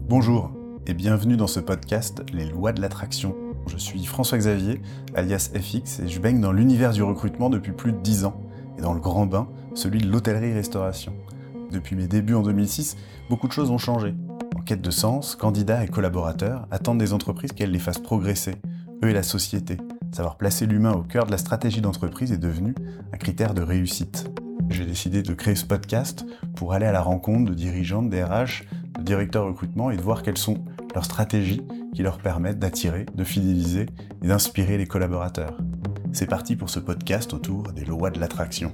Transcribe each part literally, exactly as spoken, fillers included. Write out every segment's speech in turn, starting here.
Bonjour et bienvenue dans ce podcast Les lois de l'attraction. Je suis François-Xavier, alias F X, et je baigne dans l'univers du recrutement depuis plus de dix ans, et dans le grand bain, celui de l'hôtellerie-restauration. Depuis mes débuts en deux mille six, beaucoup de choses ont changé. En quête de sens, candidats et collaborateurs attendent des entreprises qu'elles les fassent progresser, eux et la société. Savoir placer l'humain au cœur de la stratégie d'entreprise est devenu un critère de réussite. J'ai décidé de créer ce podcast pour aller à la rencontre de dirigeants, de D R H, de directeurs recrutement et de voir quelles sont leurs stratégies qui leur permettent d'attirer, de fidéliser et d'inspirer les collaborateurs. C'est parti pour ce podcast autour des lois de l'attraction.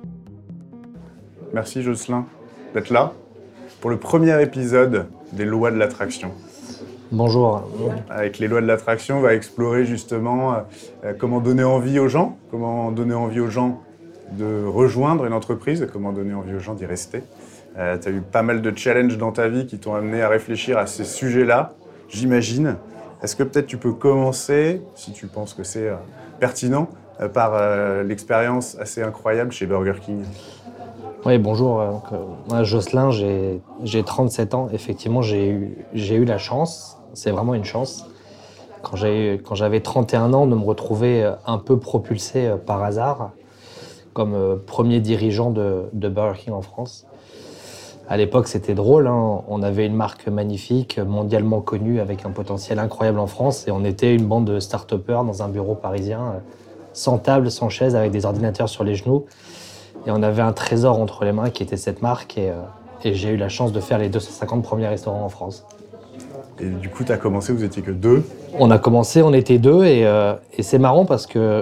Merci Jocelyn d'être là pour le premier épisode des lois de l'attraction. Bonjour. Avec les lois de l'attraction, on va explorer justement euh, comment donner envie aux gens, comment donner envie aux gens de rejoindre une entreprise, comment donner envie aux gens d'y rester. Euh, tu as eu pas mal de challenges dans ta vie qui t'ont amené à réfléchir à ces sujets-là, j'imagine. Est-ce que peut-être tu peux commencer, si tu penses que c'est euh, pertinent, euh, par euh, l'expérience assez incroyable chez Burger King? Oui, bonjour. Donc, euh, moi, Jocelyn, j'ai, j'ai trente-sept ans. Effectivement, j'ai eu, j'ai eu la chance, c'est vraiment une chance, quand, j'ai, quand j'avais trente et un ans, de me retrouver un peu propulsé euh, par hasard comme euh, premier dirigeant de, de Burger King en France. À l'époque, c'était drôle, hein. On avait une marque magnifique, mondialement connue, avec un potentiel incroyable en France, et on était une bande de start-upers dans un bureau parisien, euh, sans table, sans chaise, avec des ordinateurs sur les genoux. Et on avait un trésor entre les mains qui était cette marque, et, euh, et j'ai eu la chance de faire les deux cent cinquante premiers restaurants en France. Et du coup, tu as commencé, vous étiez que deux? On a commencé, on était deux, et, euh, et c'est marrant parce que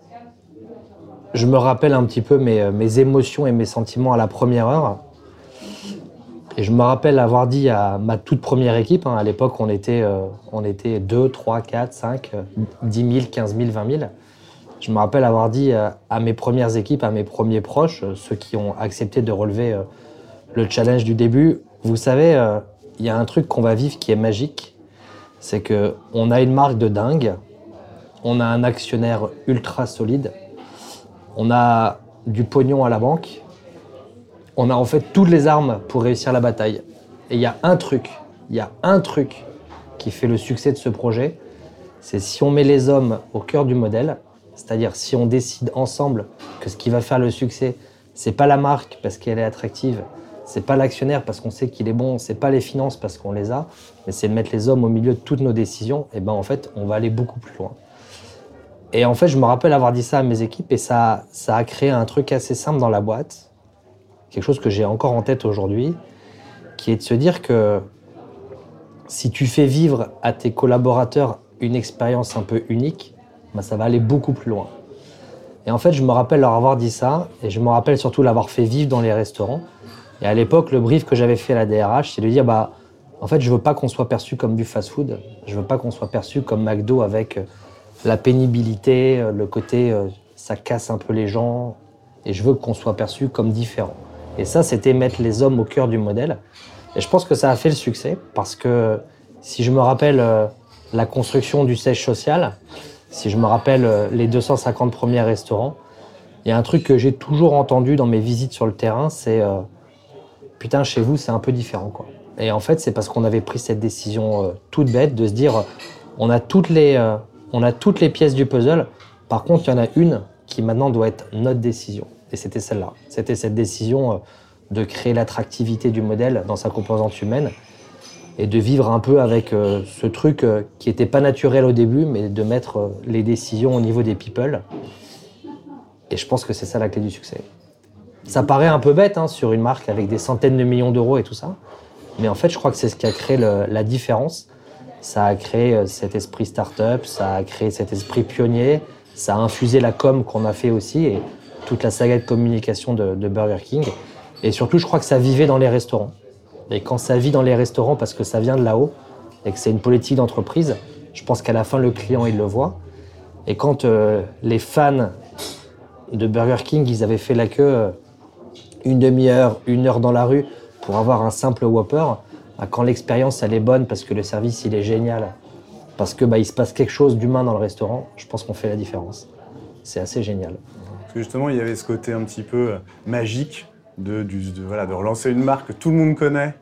je me rappelle un petit peu mes, mes émotions et mes sentiments à la première heure. Et je me rappelle avoir dit à ma toute première équipe, hein, à l'époque on était, euh, on était deux, trois, quatre, cinq, dix mille, quinze mille, vingt mille. Je me rappelle avoir dit euh, à mes premières équipes, à mes premiers proches, euh, ceux qui ont accepté de relever euh, le challenge du début, vous savez, euh, il y a un truc qu'on va vivre qui est magique, c'est qu'on a une marque de dingue, on a un actionnaire ultra solide, on a du pognon à la banque, on a en fait toutes les armes pour réussir la bataille. Et il y a un truc, il y a un truc qui fait le succès de ce projet, c'est si on met les hommes au cœur du modèle, c'est-à-dire si on décide ensemble que ce qui va faire le succès, c'est pas la marque parce qu'elle est attractive, c'est pas l'actionnaire parce qu'on sait qu'il est bon, c'est pas les finances parce qu'on les a, mais c'est de mettre les hommes au milieu de toutes nos décisions, et ben en fait, on va aller beaucoup plus loin. Et en fait, je me rappelle avoir dit ça à mes équipes, et ça, ça a créé un truc assez simple dans la boîte, quelque chose que j'ai encore en tête aujourd'hui, qui est de se dire que si tu fais vivre à tes collaborateurs une expérience un peu unique, ben ça va aller beaucoup plus loin. Et en fait, je me rappelle leur avoir dit ça, et je me rappelle surtout l'avoir fait vivre dans les restaurants. Et à l'époque, le brief que j'avais fait à la D R H, c'est de dire, bah, en fait, je veux pas qu'on soit perçu comme du fast-food, je veux pas qu'on soit perçu comme McDo avec la pénibilité, le côté euh, ça casse un peu les gens, et je veux qu'on soit perçu comme différent. Et ça, c'était mettre les hommes au cœur du modèle. Et je pense que ça a fait le succès, parce que si je me rappelle euh, la construction du siège social, si je me rappelle euh, les deux cent cinquante premiers restaurants, il y a un truc que j'ai toujours entendu dans mes visites sur le terrain, c'est euh, « putain, chez vous, c'est un peu différent, quoi ». Et en fait, c'est parce qu'on avait pris cette décision euh, toute bête de se dire « on a toutes les... Euh, On a toutes les pièces du puzzle, par contre, il y en a une qui maintenant doit être notre décision. » Et c'était celle-là. C'était cette décision de créer l'attractivité du modèle dans sa composante humaine et de vivre un peu avec ce truc qui n'était pas naturel au début, mais de mettre les décisions au niveau des people. Et je pense que c'est ça la clé du succès. Ça paraît un peu bête hein, sur une marque avec des centaines de millions d'euros et tout ça, mais en fait, je crois que c'est ce qui a créé le, la différence. Ça a créé cet esprit start-up, ça a créé cet esprit pionnier, ça a infusé la com qu'on a fait aussi et toute la saga de communication de, de Burger King. Et surtout, je crois que ça vivait dans les restaurants. Et quand ça vit dans les restaurants parce que ça vient de là-haut et que c'est une politique d'entreprise, je pense qu'à la fin, le client, il le voit. Et quand euh, les fans de Burger King, ils avaient fait la queue euh, une demi-heure, une heure dans la rue pour avoir un simple Whopper, quand l'expérience elle est bonne parce que le service il est génial, parce que bah, il se passe quelque chose d'humain dans le restaurant, je pense qu'on fait la différence. C'est assez génial. Parce que justement, il y avait ce côté un petit peu magique de, du, de, voilà, de relancer une marque que tout le monde connaît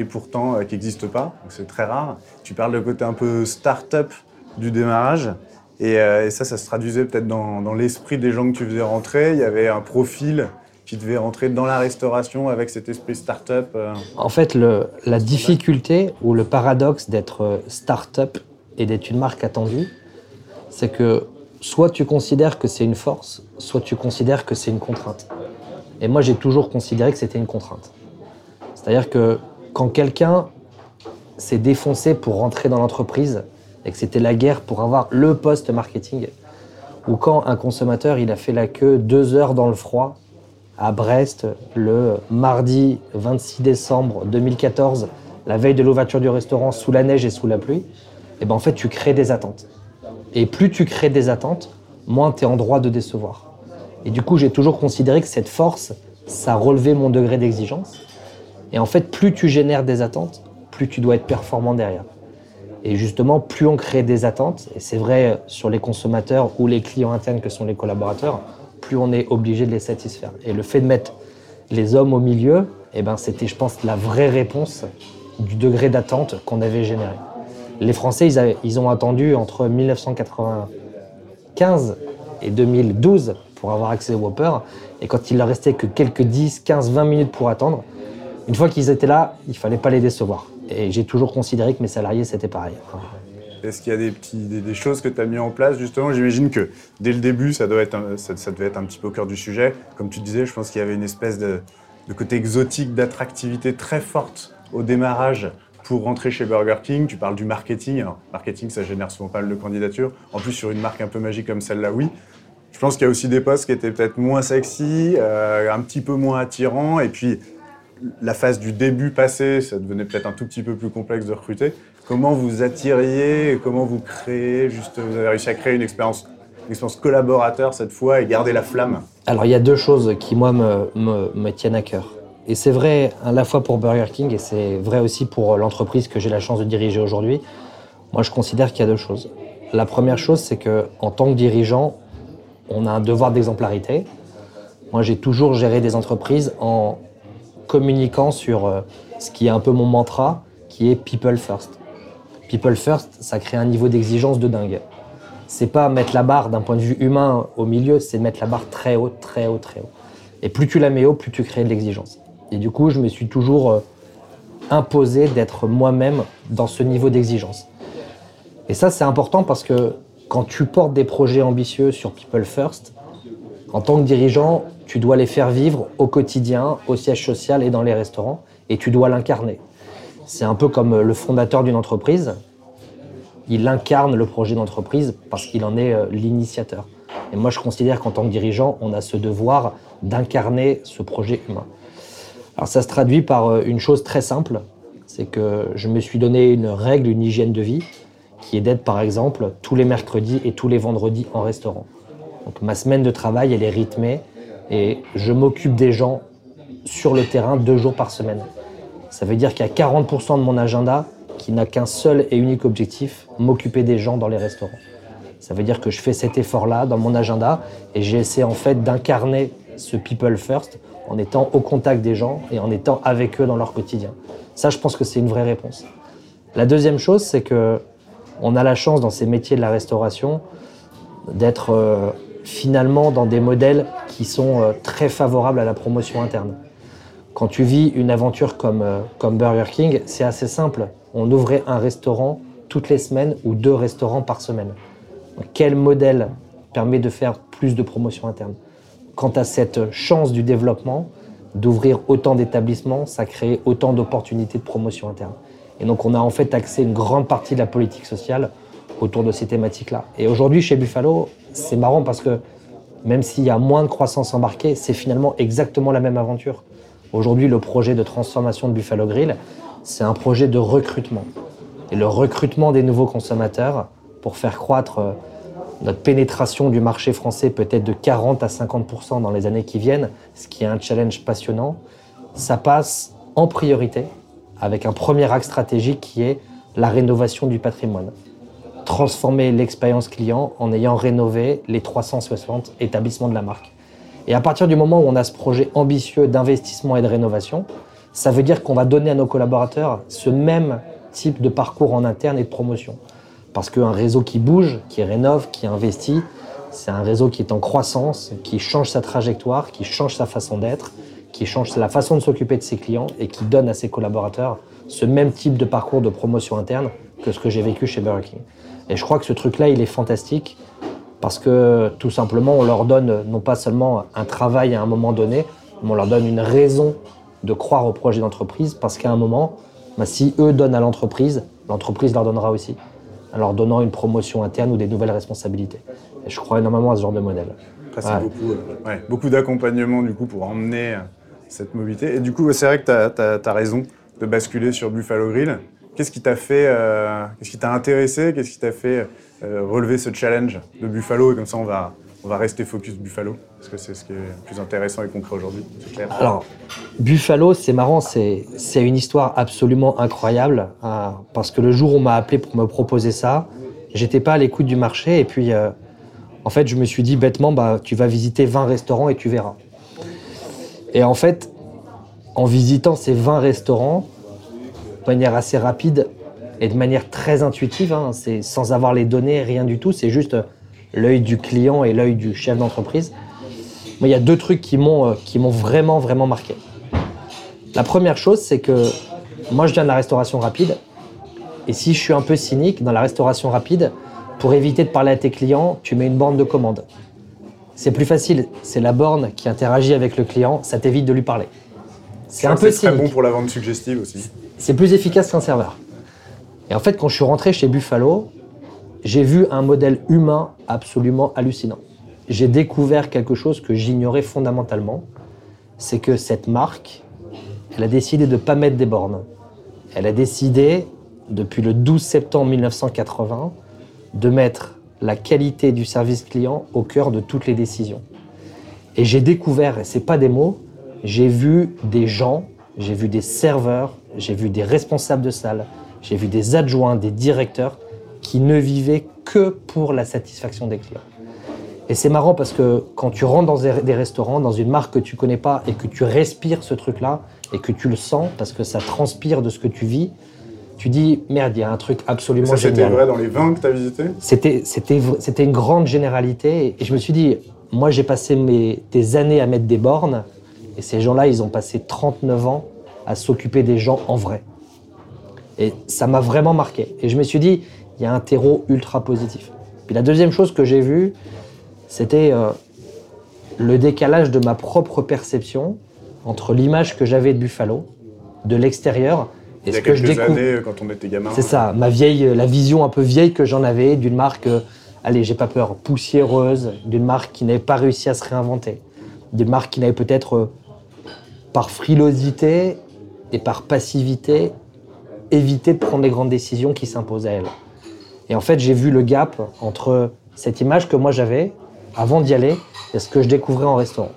et pourtant euh, qui n'existe pas, donc c'est très rare. Tu parles de côté un peu start-up du démarrage, et, euh, et ça, ça se traduisait peut-être dans, dans l'esprit des gens que tu faisais rentrer. Il y avait un profil qui devait rentrer dans la restauration avec cet esprit start-up. Euh... En fait, le, la difficulté ou le paradoxe d'être start-up et d'être une marque attendue, c'est que soit tu considères que c'est une force, soit tu considères que c'est une contrainte. Et moi, j'ai toujours considéré que c'était une contrainte. C'est-à-dire que quand quelqu'un s'est défoncé pour rentrer dans l'entreprise et que c'était la guerre pour avoir le poste marketing, ou quand un consommateur il a fait la queue deux heures dans le froid à Brest le mardi vingt-six décembre deux mille quatorze, la veille de l'ouverture du restaurant sous la neige et sous la pluie, et ben en fait tu crées des attentes. Et plus tu crées des attentes, moins tu es en droit de décevoir. Et du coup, j'ai toujours considéré que cette force, ça relevait mon degré d'exigence. Et en fait, plus tu génères des attentes, plus tu dois être performant derrière. Et justement, plus on crée des attentes, et c'est vrai sur les consommateurs ou les clients internes que sont les collaborateurs, plus on est obligé de les satisfaire. Et le fait de mettre les hommes au milieu, eh ben, c'était, je pense, la vraie réponse du degré d'attente qu'on avait généré. Les Français, ils, avaient, ils ont attendu entre dix-neuf cent quatre-vingt-quinze et deux mille douze pour avoir accès au Whopper. Et quand il leur restait que quelques dix, quinze, vingt minutes pour attendre, une fois qu'ils étaient là, il ne fallait pas les décevoir. Et j'ai toujours considéré que mes salariés, c'était pareil. Est-ce qu'il y a des, petits, des, des choses que tu as mis en place, justement? J'imagine que dès le début, ça, doit être un, ça, ça devait être un petit peu au cœur du sujet. Comme tu disais, je pense qu'il y avait une espèce de, de côté exotique, d'attractivité très forte au démarrage pour rentrer chez Burger King. Tu parles du marketing. Alors, marketing, ça génère souvent pas mal de candidatures. En plus, sur une marque un peu magique comme celle-là, oui. Je pense qu'il y a aussi des postes qui étaient peut-être moins sexy, euh, un petit peu moins attirants. Et puis, la phase du début passée, ça devenait peut-être un tout petit peu plus complexe de recruter. Comment vous attiriez, comment vous créez, juste, vous avez réussi à créer une expérience, une expérience collaborateur cette fois et garder la flamme? Alors, il y a deux choses qui, moi, me, me, me tiennent à cœur. Et c'est vrai à la fois pour Burger King et c'est vrai aussi pour l'entreprise que j'ai la chance de diriger aujourd'hui. Moi, je considère qu'il y a deux choses. La première chose, c'est qu'en tant que dirigeant, on a un devoir d'exemplarité. Moi, j'ai toujours géré des entreprises en communiquant sur euh, ce qui est un peu mon mantra, qui est People First. People First, ça crée un niveau d'exigence de dingue. C'est pas mettre la barre d'un point de vue humain au milieu, c'est mettre la barre très haut, très haut, très haut. Et plus tu la mets haut, plus tu crées de l'exigence. Et du coup, je me suis toujours euh, imposé d'être moi-même dans ce niveau d'exigence. Et ça, c'est important parce que quand tu portes des projets ambitieux sur People First, en tant que dirigeant, tu dois les faire vivre au quotidien, au siège social et dans les restaurants, et tu dois l'incarner. C'est un peu comme le fondateur d'une entreprise. Il incarne le projet d'entreprise parce qu'il en est euh, l'initiateur. Et moi, je considère qu'en tant que dirigeant, on a ce devoir d'incarner ce projet humain. Alors ça se traduit par une chose très simple, c'est que je me suis donné une règle, une hygiène de vie, qui est d'être par exemple tous les mercredis et tous les vendredis en restaurant. Donc ma semaine de travail, elle est rythmée et je m'occupe des gens sur le terrain deux jours par semaine. Ça veut dire qu'il y a quarante pour cent de mon agenda qui n'a qu'un seul et unique objectif, m'occuper des gens dans les restaurants. Ça veut dire que je fais cet effort-là dans mon agenda et j'essaie en fait d'incarner ce People First en étant au contact des gens et en étant avec eux dans leur quotidien. Ça, je pense que c'est une vraie réponse. La deuxième chose, c'est qu'on a la chance dans ces métiers de la restauration d'être euh, finalement dans des modèles qui sont euh, très favorables à la promotion interne. Quand tu vis une aventure comme, euh, comme Burger King, c'est assez simple. On ouvrait un restaurant toutes les semaines ou deux restaurants par semaine. Quel modèle permet de faire plus de promotion interne? Quant à cette chance du développement, d'ouvrir autant d'établissements, ça crée autant d'opportunités de promotion interne. Et donc on a en fait axé une grande partie de la politique sociale autour de ces thématiques-là. Et aujourd'hui chez Buffalo, c'est marrant parce que même s'il y a moins de croissance embarquée, c'est finalement exactement la même aventure. Aujourd'hui, le projet de transformation de Buffalo Grill, c'est un projet de recrutement. Et le recrutement des nouveaux consommateurs pour faire croître notre pénétration du marché français peut-être de quarante à cinquante pour cent dans les années qui viennent, ce qui est un challenge passionnant, ça passe en priorité avec un premier axe stratégique qui est la rénovation du patrimoine. Transformer l'expérience client en ayant rénové les trois cent soixante établissements de la marque. Et à partir du moment où on a ce projet ambitieux d'investissement et de rénovation, ça veut dire qu'on va donner à nos collaborateurs ce même type de parcours en interne et de promotion. Parce qu'un réseau qui bouge, qui rénove, qui investit, c'est un réseau qui est en croissance, qui change sa trajectoire, qui change sa façon d'être, qui change la façon de s'occuper de ses clients et qui donne à ses collaborateurs ce même type de parcours de promotion interne que ce que j'ai vécu chez Burger King. Et je crois que ce truc-là, il est fantastique parce que tout simplement, on leur donne non pas seulement un travail à un moment donné, mais on leur donne une raison de croire au projet d'entreprise parce qu'à un moment, bah, si eux donnent à l'entreprise, l'entreprise leur donnera aussi, en leur donnant une promotion interne ou des nouvelles responsabilités. Et je crois énormément à ce genre de modèle. Après, c'est ouais. beaucoup, euh, ouais, beaucoup d'accompagnement du coup, pour emmener cette mobilité. Et du coup, c'est vrai que tu as raison de basculer sur Buffalo Grill. Qu'est-ce qui t'a fait, euh, qu'est-ce qui t'a intéressé, qu'est-ce qui t'a fait euh, relever ce challenge de Buffalo? Et comme ça, on va, on va rester focus Buffalo, parce que c'est ce qui est le plus intéressant et concret aujourd'hui, c'est clair. Alors, Buffalo, c'est marrant, c'est, c'est une histoire absolument incroyable, hein, parce que le jour où on m'a appelé pour me proposer ça, j'étais pas à l'écoute du marché, et puis euh, en fait, je me suis dit bêtement, bah, tu vas visiter vingt restaurants et tu verras. Et en fait, en visitant ces vingt restaurants, de manière assez rapide et de manière très intuitive, hein, c'est sans avoir les données, rien du tout, c'est juste l'œil du client et l'œil du chef d'entreprise. Moi, il y a deux trucs qui m'ont, euh, qui m'ont vraiment, vraiment marqué. La première chose, c'est que moi, je viens de la restauration rapide. Et si je suis un peu cynique, dans la restauration rapide, pour éviter de parler à tes clients, tu mets une borne de commande. C'est plus facile, c'est la borne qui interagit avec le client, ça t'évite de lui parler. C'est un peu cynique. C'est très bon pour la vente suggestive aussi. C'est plus efficace qu'un serveur. Et en fait, quand je suis rentré chez Buffalo, j'ai vu un modèle humain absolument hallucinant. J'ai découvert quelque chose que j'ignorais fondamentalement, c'est que cette marque, elle a décidé de ne pas mettre des bornes. Elle a décidé, depuis le douze septembre mille neuf cent quatre-vingts, de mettre la qualité du service client au cœur de toutes les décisions. Et j'ai découvert, et ce n'est pas des mots, j'ai vu des gens, j'ai vu des serveurs, j'ai vu des responsables de salle, j'ai vu des adjoints, des directeurs qui ne vivaient que pour la satisfaction des clients. Et c'est marrant parce que quand tu rentres dans des restaurants, dans une marque que tu connais pas et que tu respires ce truc-là et que tu le sens parce que ça transpire de ce que tu vis, tu dis merde, il y a un truc absolument ça, génial. C'était vrai dans les vingt que tu as visités? C'était, c'était, c'était une grande généralité et je me suis dit, moi j'ai passé mes, des années à mettre des bornes et ces gens-là, ils ont passé trente-neuf ans à s'occuper des gens en vrai. Et ça m'a vraiment marqué. Et je me suis dit, il y a un terreau ultra positif. Puis la deuxième chose que j'ai vue, c'était euh, le décalage de ma propre perception entre l'image que j'avais de Buffalo, de l'extérieur, et ce que je découvre. Il y a quelques années, quand on était gamin. C'est ça, ma vieille, la vision un peu vieille que j'en avais d'une marque, euh, allez, j'ai pas peur, poussiéreuse, d'une marque qui n'avait pas réussi à se réinventer, d'une marque qui n'avait peut-être, euh, par frilosité et par passivité, évité de prendre les grandes décisions qui s'imposent à elle. Et en fait, j'ai vu le gap entre cette image que moi j'avais avant d'y aller et ce que je découvrais en restaurant.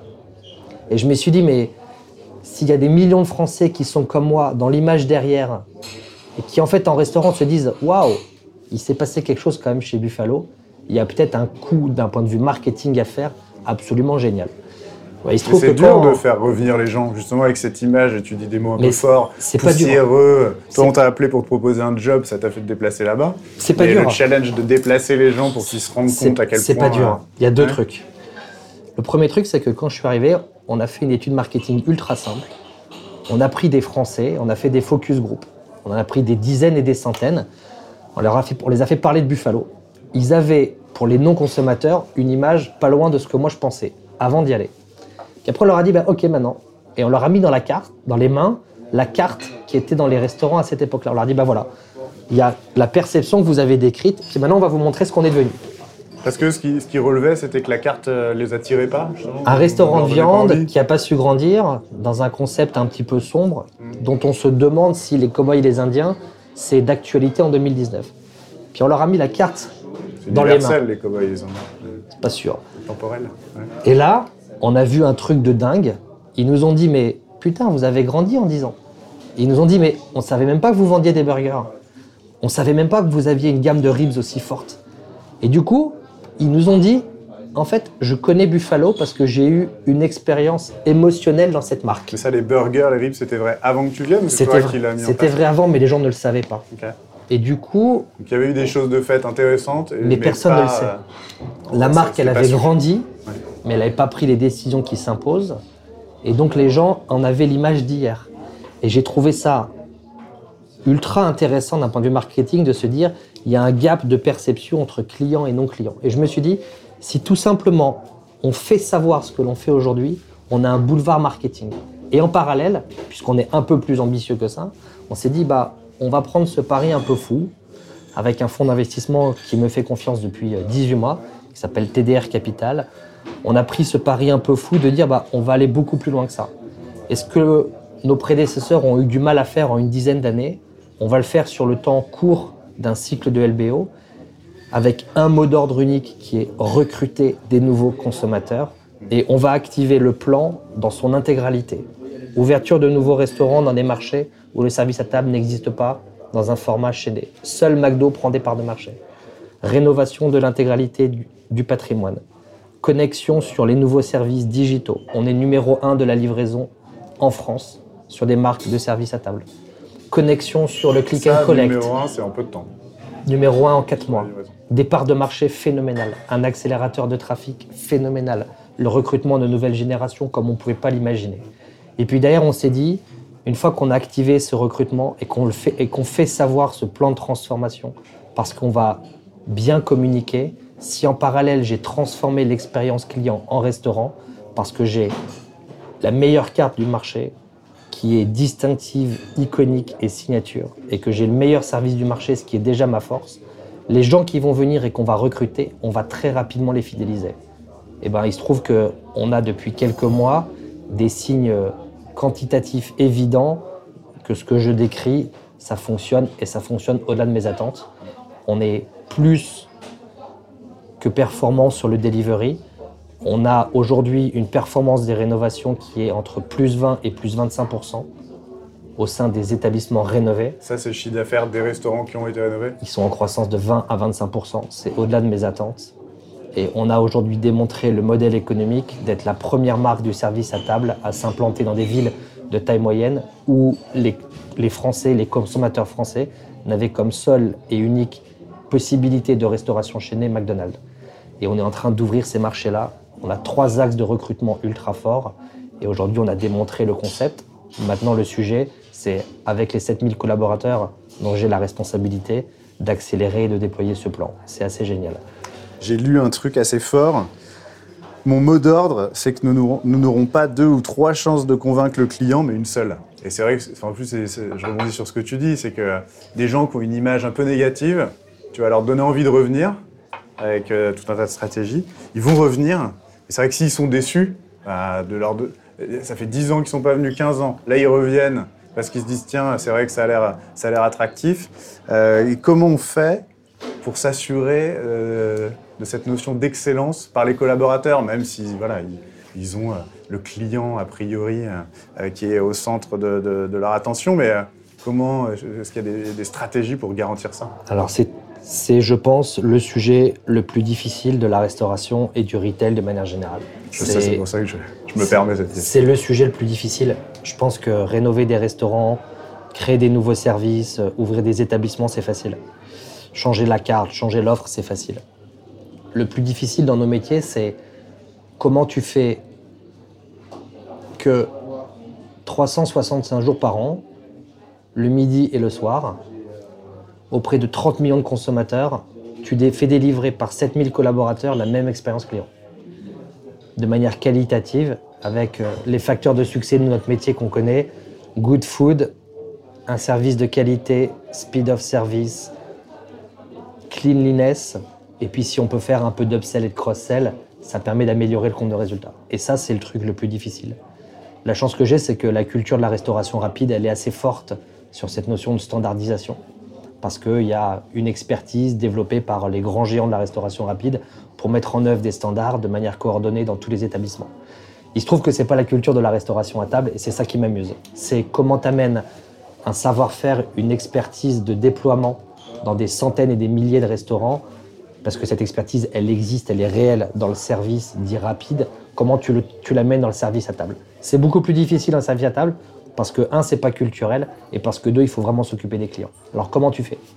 Et je me suis dit, mais s'il y a des millions de Français qui sont comme moi dans l'image derrière et qui en fait en restaurant se disent « Waouh, il s'est passé quelque chose quand même chez Buffalo, il y a peut-être un coup d'un point de vue marketing à faire absolument génial. » Ouais, il se trouve c'est que dur quand... de faire revenir les gens, justement avec cette image, et tu dis des mots un mais peu forts, c'est pas poussiéreux. dur. Toi, on t'a appelé pour te proposer un job, ça t'a fait te déplacer là-bas. C'est pas et dur. Le challenge de déplacer les gens pour qu'ils se rendent c'est, compte à quel c'est point... C'est pas dur. Il y a deux ouais. trucs. Le premier truc, c'est que quand je suis arrivé, on a fait une étude marketing ultra simple. On a pris des Français, on a fait des focus group. On en a pris des dizaines et des centaines. On, leur a fait, on les a fait parler de Buffalo. Ils avaient, pour les non-consommateurs, une image pas loin de ce que moi je pensais, avant d'y aller. Et après, on leur a dit, bah, OK, maintenant. Et on leur a mis dans la carte, dans les mains, la carte qui était dans les restaurants à cette époque-là. On leur a dit, bah voilà, il y a la perception que vous avez décrite, puis maintenant, on va vous montrer ce qu'on est devenu. Parce que ce qui, ce qui relevait, c'était que la carte euh, les attirait pas, justement. Un restaurant de viande qui n'a pas su grandir, dans un concept un petit peu sombre, mmh. dont on se demande si les cow-boys et les Indiens, c'est d'actualité en deux mille dix-neuf. Puis on leur a mis la carte c'est dans les mains. C'est universel, les cow-boys et les Indiens. C'est pas sûr. C'est temporel. Ouais. Et là, on a vu un truc de dingue. Ils nous ont dit, mais putain, vous avez grandi en dix ans. Ils nous ont dit, mais on ne savait même pas que vous vendiez des burgers. On ne savait même pas que vous aviez une gamme de ribs aussi forte. Et du coup, ils nous ont dit, En fait, je connais Buffalo parce que j'ai eu une expérience émotionnelle dans cette marque. C'est ça, les burgers, les ribs, c'était vrai avant que tu viennes ou c'est C'était toi vrai, qui l'as mis en c'était place? vrai avant, mais les gens ne le savaient pas. Okay. Et du coup... Donc il y avait eu des choses de fait intéressantes. Mais, mais personne pas, ne le sait. Euh, La marque, elle avait grandi, ouais. mais elle n'avait pas pris les décisions qui s'imposent. Et donc les gens en avaient l'image d'hier. Et j'ai trouvé ça ultra intéressant d'un point de vue marketing de se dire il y a un gap de perception entre clients et non clients. Et je me suis dit, si tout simplement on fait savoir ce que l'on fait aujourd'hui, on a un boulevard marketing. Et en parallèle, puisqu'on est un peu plus ambitieux que ça, on s'est dit bah on va prendre ce pari un peu fou avec un fonds d'investissement qui me fait confiance depuis dix-huit mois, qui s'appelle T D R Capital. On a pris ce pari un peu fou de dire bah on va aller beaucoup plus loin que ça. Et ce que nos prédécesseurs ont eu du mal à faire en une dizaine d'années, on va le faire sur le temps court d'un cycle de L B O avec un mot d'ordre unique qui est recruter des nouveaux consommateurs et on va activer le plan dans son intégralité. Ouverture de nouveaux restaurants dans des marchés où le service à table n'existe pas dans un format chaîné. Seul McDo prend des parts de marché. Rénovation de l'intégralité du, du patrimoine. Connexion sur les nouveaux services digitaux. On est numéro un de la livraison en France sur des marques de services à table. Connexion sur le click Ça, and collect. Numéro un, c'est en peu de temps. Numéro un en quatre mois. Des parts de marché phénoménales. Un accélérateur de trafic phénoménal. Le recrutement de nouvelles générations comme on ne pouvait pas l'imaginer. Et puis derrière, on s'est dit, une fois qu'on a activé ce recrutement et qu'on le fait, et qu'on fait savoir ce plan de transformation, parce qu'on va bien communiquer, si en parallèle j'ai transformé l'expérience client en restaurant, parce que j'ai la meilleure carte du marché, qui est distinctive, iconique et signature, et que j'ai le meilleur service du marché, ce qui est déjà ma force, les gens qui vont venir et qu'on va recruter, on va très rapidement les fidéliser. Et ben, il se trouve qu'on a depuis quelques mois des signes quantitatifs évidents que ce que je décris, ça fonctionne et ça fonctionne au-delà de mes attentes. On est plus que performant sur le delivery. On a aujourd'hui une performance des rénovations qui est entre plus vingt et plus vingt-cinq pour cent au sein des établissements rénovés. Ça, c'est le chiffre d'affaires des restaurants qui ont été rénovés? Ils sont en croissance de vingt à vingt-cinq pour cent. C'est au-delà de mes attentes. Et on a aujourd'hui démontré le modèle économique d'être la première marque du service à table à s'implanter dans des villes de taille moyenne où les, les Français, les consommateurs français n'avaient comme seule et unique possibilité de restauration chaînée McDonald's. Et on est en train d'ouvrir ces marchés-là. On a trois axes de recrutement ultra forts. Et aujourd'hui, on a démontré le concept. Maintenant, le sujet, c'est avec les sept mille collaborateurs dont j'ai la responsabilité d'accélérer et de déployer ce plan. C'est assez génial. J'ai lu un truc assez fort. Mon mot d'ordre, c'est que nous n'aurons, nous n'aurons pas deux ou trois chances de convaincre le client, mais une seule. Et c'est vrai que, enfin, en plus, c'est, c'est, je rebondis sur ce que tu dis, c'est que des gens qui ont une image un peu négative, tu vas leur donner envie de revenir avec euh, tout un tas de stratégies. Ils vont revenir. Et c'est vrai que s'ils sont déçus, bah, de leur de... ça fait dix ans qu'ils ne sont pas venus, quinze ans. Là, ils reviennent parce qu'ils se disent, tiens, c'est vrai que ça a l'air, ça a l'air attractif. Euh, et comment on fait pour s'assurer euh, de cette notion d'excellence par les collaborateurs, même si voilà, ils, ils ont euh, le client, a priori, euh, qui est au centre de, de, de leur attention, mais euh, comment, est-ce qu'il y a des, des stratégies pour garantir ça? Alors, c'est, c'est, je pense, le sujet le plus difficile de la restauration et du retail de manière générale. C'est, ça, c'est pour ça que je, je me permets cette question. C'est le sujet le plus difficile. Je pense que rénover des restaurants, créer des nouveaux services, ouvrir des établissements, c'est facile. Changer la carte, changer l'offre, c'est facile. Le plus difficile dans nos métiers, c'est comment tu fais que trois cent soixante-cinq jours par an, le midi et le soir, auprès de trente millions de consommateurs, tu fais délivrer par sept mille collaborateurs la même expérience client. De manière qualitative, avec les facteurs de succès de notre métier qu'on connaît, good food, un service de qualité, speed of service, cleanliness, et puis si on peut faire un peu d'upsell et de cross-sell, ça permet d'améliorer le compte de résultat. Et ça, c'est le truc le plus difficile. La chance que j'ai, c'est que la culture de la restauration rapide, elle est assez forte sur cette notion de standardisation, parce qu'il y a une expertise développée par les grands géants de la restauration rapide pour mettre en œuvre des standards de manière coordonnée dans tous les établissements. Il se trouve que ce n'est pas la culture de la restauration à table, et c'est ça qui m'amuse. C'est comment tu amènes un savoir-faire, une expertise de déploiement dans des centaines et des milliers de restaurants parce que cette expertise, elle existe, elle est réelle dans le service dit rapide. Comment tu, le, tu l'amènes dans le service à table? C'est beaucoup plus difficile un service à table parce que, un, c'est pas culturel et parce que, deux, il faut vraiment s'occuper des clients. Alors, comment tu fais?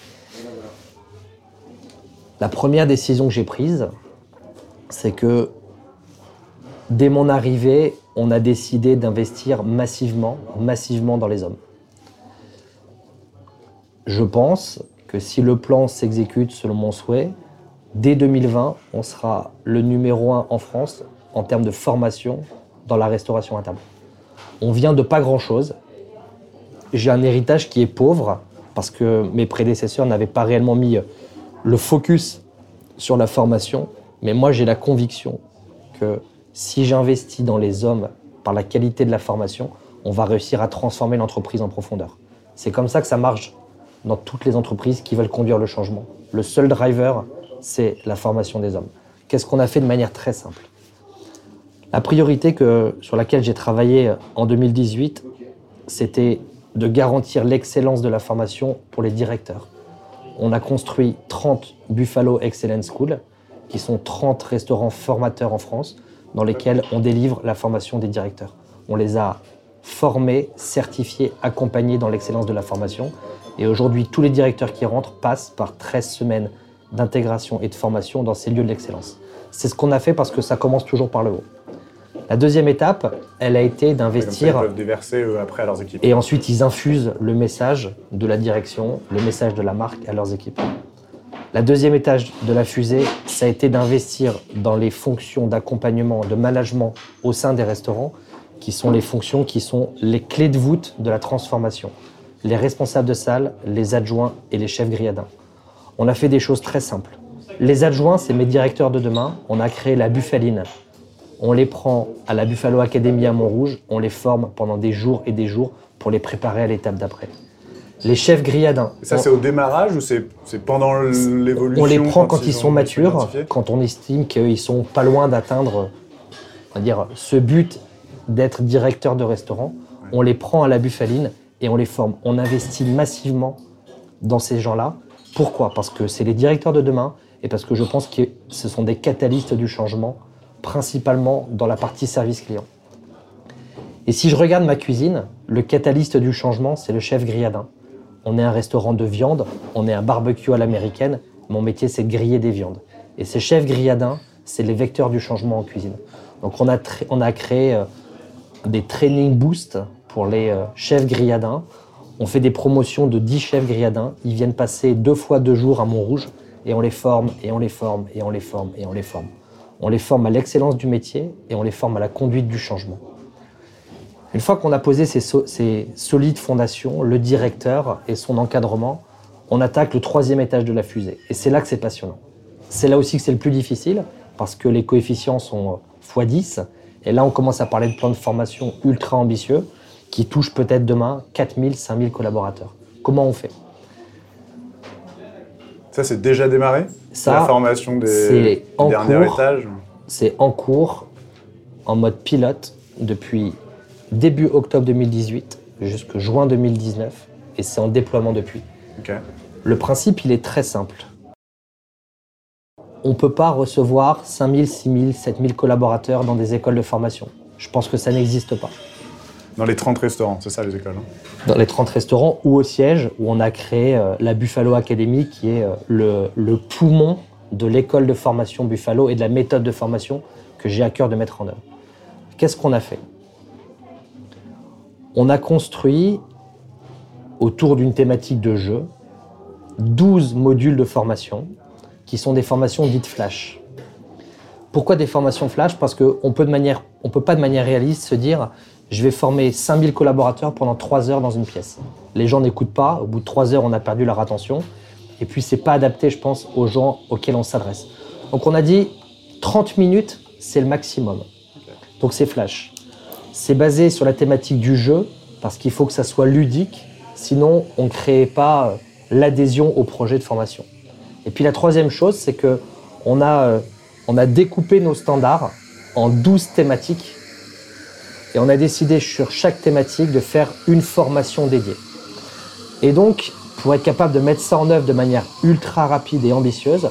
La première décision que j'ai prise, c'est que dès mon arrivée, on a décidé d'investir massivement, massivement dans les hommes. Je pense que si le plan s'exécute selon mon souhait, dès deux mille vingt, on sera le numéro un en France en termes de formation dans la restauration à table. On vient de pas grand-chose. J'ai un héritage qui est pauvre parce que mes prédécesseurs n'avaient pas réellement mis le focus sur la formation. Mais moi, j'ai la conviction que si j'investis dans les hommes par la qualité de la formation, on va réussir à transformer l'entreprise en profondeur. C'est comme ça que ça marche dans toutes les entreprises qui veulent conduire le changement. Le seul driver, c'est la formation des hommes. Qu'est-ce qu'on a fait de manière très simple? La priorité que, sur laquelle j'ai travaillé en deux mille dix-huit, c'était de garantir l'excellence de la formation pour les directeurs. On a construit trente Buffalo Excellence School, qui sont trente restaurants formateurs en France, dans lesquels on délivre la formation des directeurs. On les a formés, certifiés, accompagnés dans l'excellence de la formation. Et aujourd'hui, tous les directeurs qui rentrent passent par treize semaines d'intégration et de formation dans ces lieux de l'excellence. C'est ce qu'on a fait parce que ça commence toujours par le haut. La deuxième étape, elle a été d'investir... Comme ça, ils peuvent déverser eux, après à leurs équipes. Et ensuite, ils infusent le message de la direction, le message de la marque à leurs équipes. La deuxième étage de la fusée, ça a été d'investir dans les fonctions d'accompagnement, de management au sein des restaurants, qui sont les fonctions qui sont les clés de voûte de la transformation. Les responsables de salle, les adjoints et les chefs grilladins. On a fait des choses très simples. Les adjoints, c'est mes directeurs de demain. On a créé la Buffaline. On les prend à la Buffalo Academy à Montrouge, on les forme pendant des jours et des jours pour les préparer à l'étape d'après. Les chefs grilladins. Et ça, on, c'est au démarrage ou c'est, c'est pendant l'évolution? On les prend quand, quand ils, ils sont matures, identifiés. Quand on estime qu'ils sont pas loin d'atteindre, on va dire, ce but d'être directeur de restaurant. Ouais. On les prend à la Buffaline et on les forme. On investit massivement dans ces gens-là. Pourquoi? Parce que c'est les directeurs de demain et parce que je pense que ce sont des catalystes du changement, principalement dans la partie service client. Et si je regarde ma cuisine, le catalyste du changement, c'est le chef grilladin. On est un restaurant de viande, on est un barbecue à l'américaine. Mon métier, c'est de griller des viandes. Et ces chefs grilladins, c'est les vecteurs du changement en cuisine. Donc on a, tra- on a créé euh, des training boosts pour les euh, chefs grilladins. On fait des promotions de dix chefs grilladins. Ils viennent passer deux fois deux jours à Montrouge et on les forme, et on les forme, et on les forme, et on les forme. On les forme à l'excellence du métier et on les forme à la conduite du changement. Une fois qu'on a posé ces, so- ces solides fondations, le directeur et son encadrement, on attaque le troisième étage de la fusée. Et c'est là que c'est passionnant. C'est là aussi que c'est le plus difficile parce que les coefficients sont fois dix. Et là, on commence à parler de plans de formation ultra ambitieux qui touchent peut-être demain quatre mille, cinq mille collaborateurs. Comment on fait? Ça, c'est déjà démarré? Ça, la formation des, des derniers cours, étages? C'est en cours, en mode pilote, depuis début octobre deux mille dix-huit jusqu'à juin deux mille dix-neuf. Et c'est en déploiement depuis. Okay. Le principe, il est très simple. On ne peut pas recevoir cinq mille, six mille, sept mille collaborateurs dans des écoles de formation. Je pense que ça n'existe pas. Dans les trente restaurants, c'est ça les écoles? Hein. Dans les trente restaurants ou au siège, où on a créé euh, la Buffalo Academy, qui est euh, le, le poumon de l'école de formation Buffalo et de la méthode de formation que j'ai à cœur de mettre en œuvre. Qu'est-ce qu'on a fait? On a construit, autour d'une thématique de jeu, douze modules de formation qui sont des formations dites flash. Pourquoi des formations flash? Parce qu'on peut de manière, on peut pas de manière réaliste se dire je vais former cinq mille collaborateurs pendant trois heures dans une pièce. Les gens n'écoutent pas, au bout de trois heures, on a perdu leur attention. Et puis, c'est pas adapté, je pense, aux gens auxquels on s'adresse. Donc, on a dit trente minutes, c'est le maximum. Donc, c'est flash. C'est basé sur la thématique du jeu, parce qu'il faut que ça soit ludique. Sinon, on ne crée pas l'adhésion au projet de formation. Et puis, la troisième chose, c'est qu'on a, on a découpé nos standards en douze thématiques. Et on a décidé sur chaque thématique de faire une formation dédiée. Et donc, pour être capable de mettre ça en œuvre de manière ultra rapide et ambitieuse,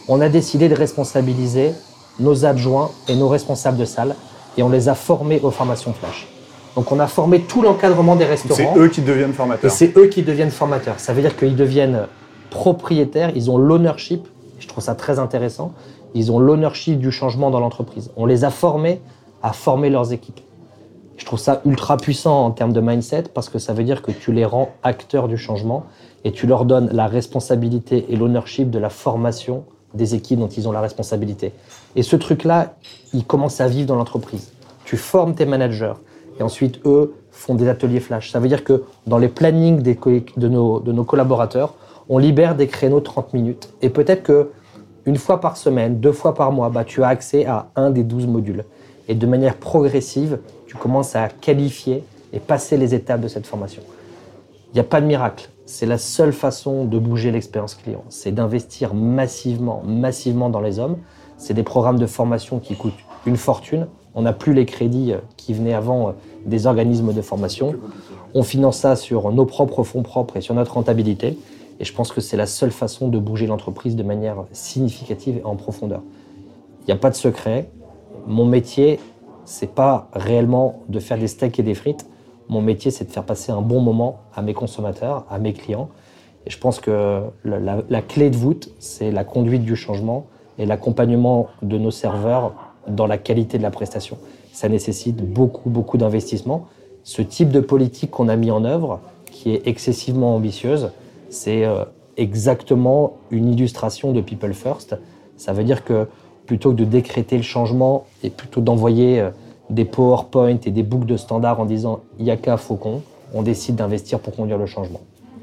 on a décidé de responsabiliser nos adjoints et nos responsables de salle et on les a formés aux formations flash. Donc on a formé tout l'encadrement des restaurants. C'est eux qui deviennent formateurs. Et c'est eux qui deviennent formateurs. Ça veut dire qu'ils deviennent propriétaires, ils ont l'ownership, je trouve ça très intéressant, ils ont l'ownership du changement dans l'entreprise. On les a formés à former leurs équipes. Je trouve ça ultra puissant en termes de mindset parce que ça veut dire que tu les rends acteurs du changement et tu leur donnes la responsabilité et l'ownership de la formation des équipes dont ils ont la responsabilité. Et ce truc-là, il commence à vivre dans l'entreprise. Tu formes tes managers et ensuite, eux, font des ateliers flash. Ça veut dire que dans les plannings des co- de, nos, de nos collaborateurs, on libère des créneaux de trente minutes. Et peut-être qu'une fois par semaine, deux fois par mois, bah, tu as accès à un des douze modules. Et de manière progressive, tu commences à qualifier et passer les étapes de cette formation. Il n'y a pas de miracle. C'est la seule façon de bouger l'expérience client. C'est d'investir massivement, massivement dans les hommes. C'est des programmes de formation qui coûtent une fortune. On n'a plus les crédits qui venaient avant des organismes de formation. On finance ça sur nos propres fonds propres et sur notre rentabilité. Et je pense que c'est la seule façon de bouger l'entreprise de manière significative et en profondeur. Il n'y a pas de secret. Mon métier, c'est pas réellement de faire des steaks et des frites. Mon métier, c'est de faire passer un bon moment à mes consommateurs, à mes clients. Et je pense que la, la, la clé de voûte, c'est la conduite du changement et l'accompagnement de nos serveurs dans la qualité de la prestation. Ça nécessite beaucoup, beaucoup d'investissement. Ce type de politique qu'on a mis en œuvre, qui est excessivement ambitieuse, c'est euh, exactement une illustration de People First. Ça veut dire que plutôt que de décréter le changement et plutôt d'envoyer euh, des PowerPoint et des boucles de standards en disant « il n'y a qu'à faucon », on décide d'investir pour conduire le changement.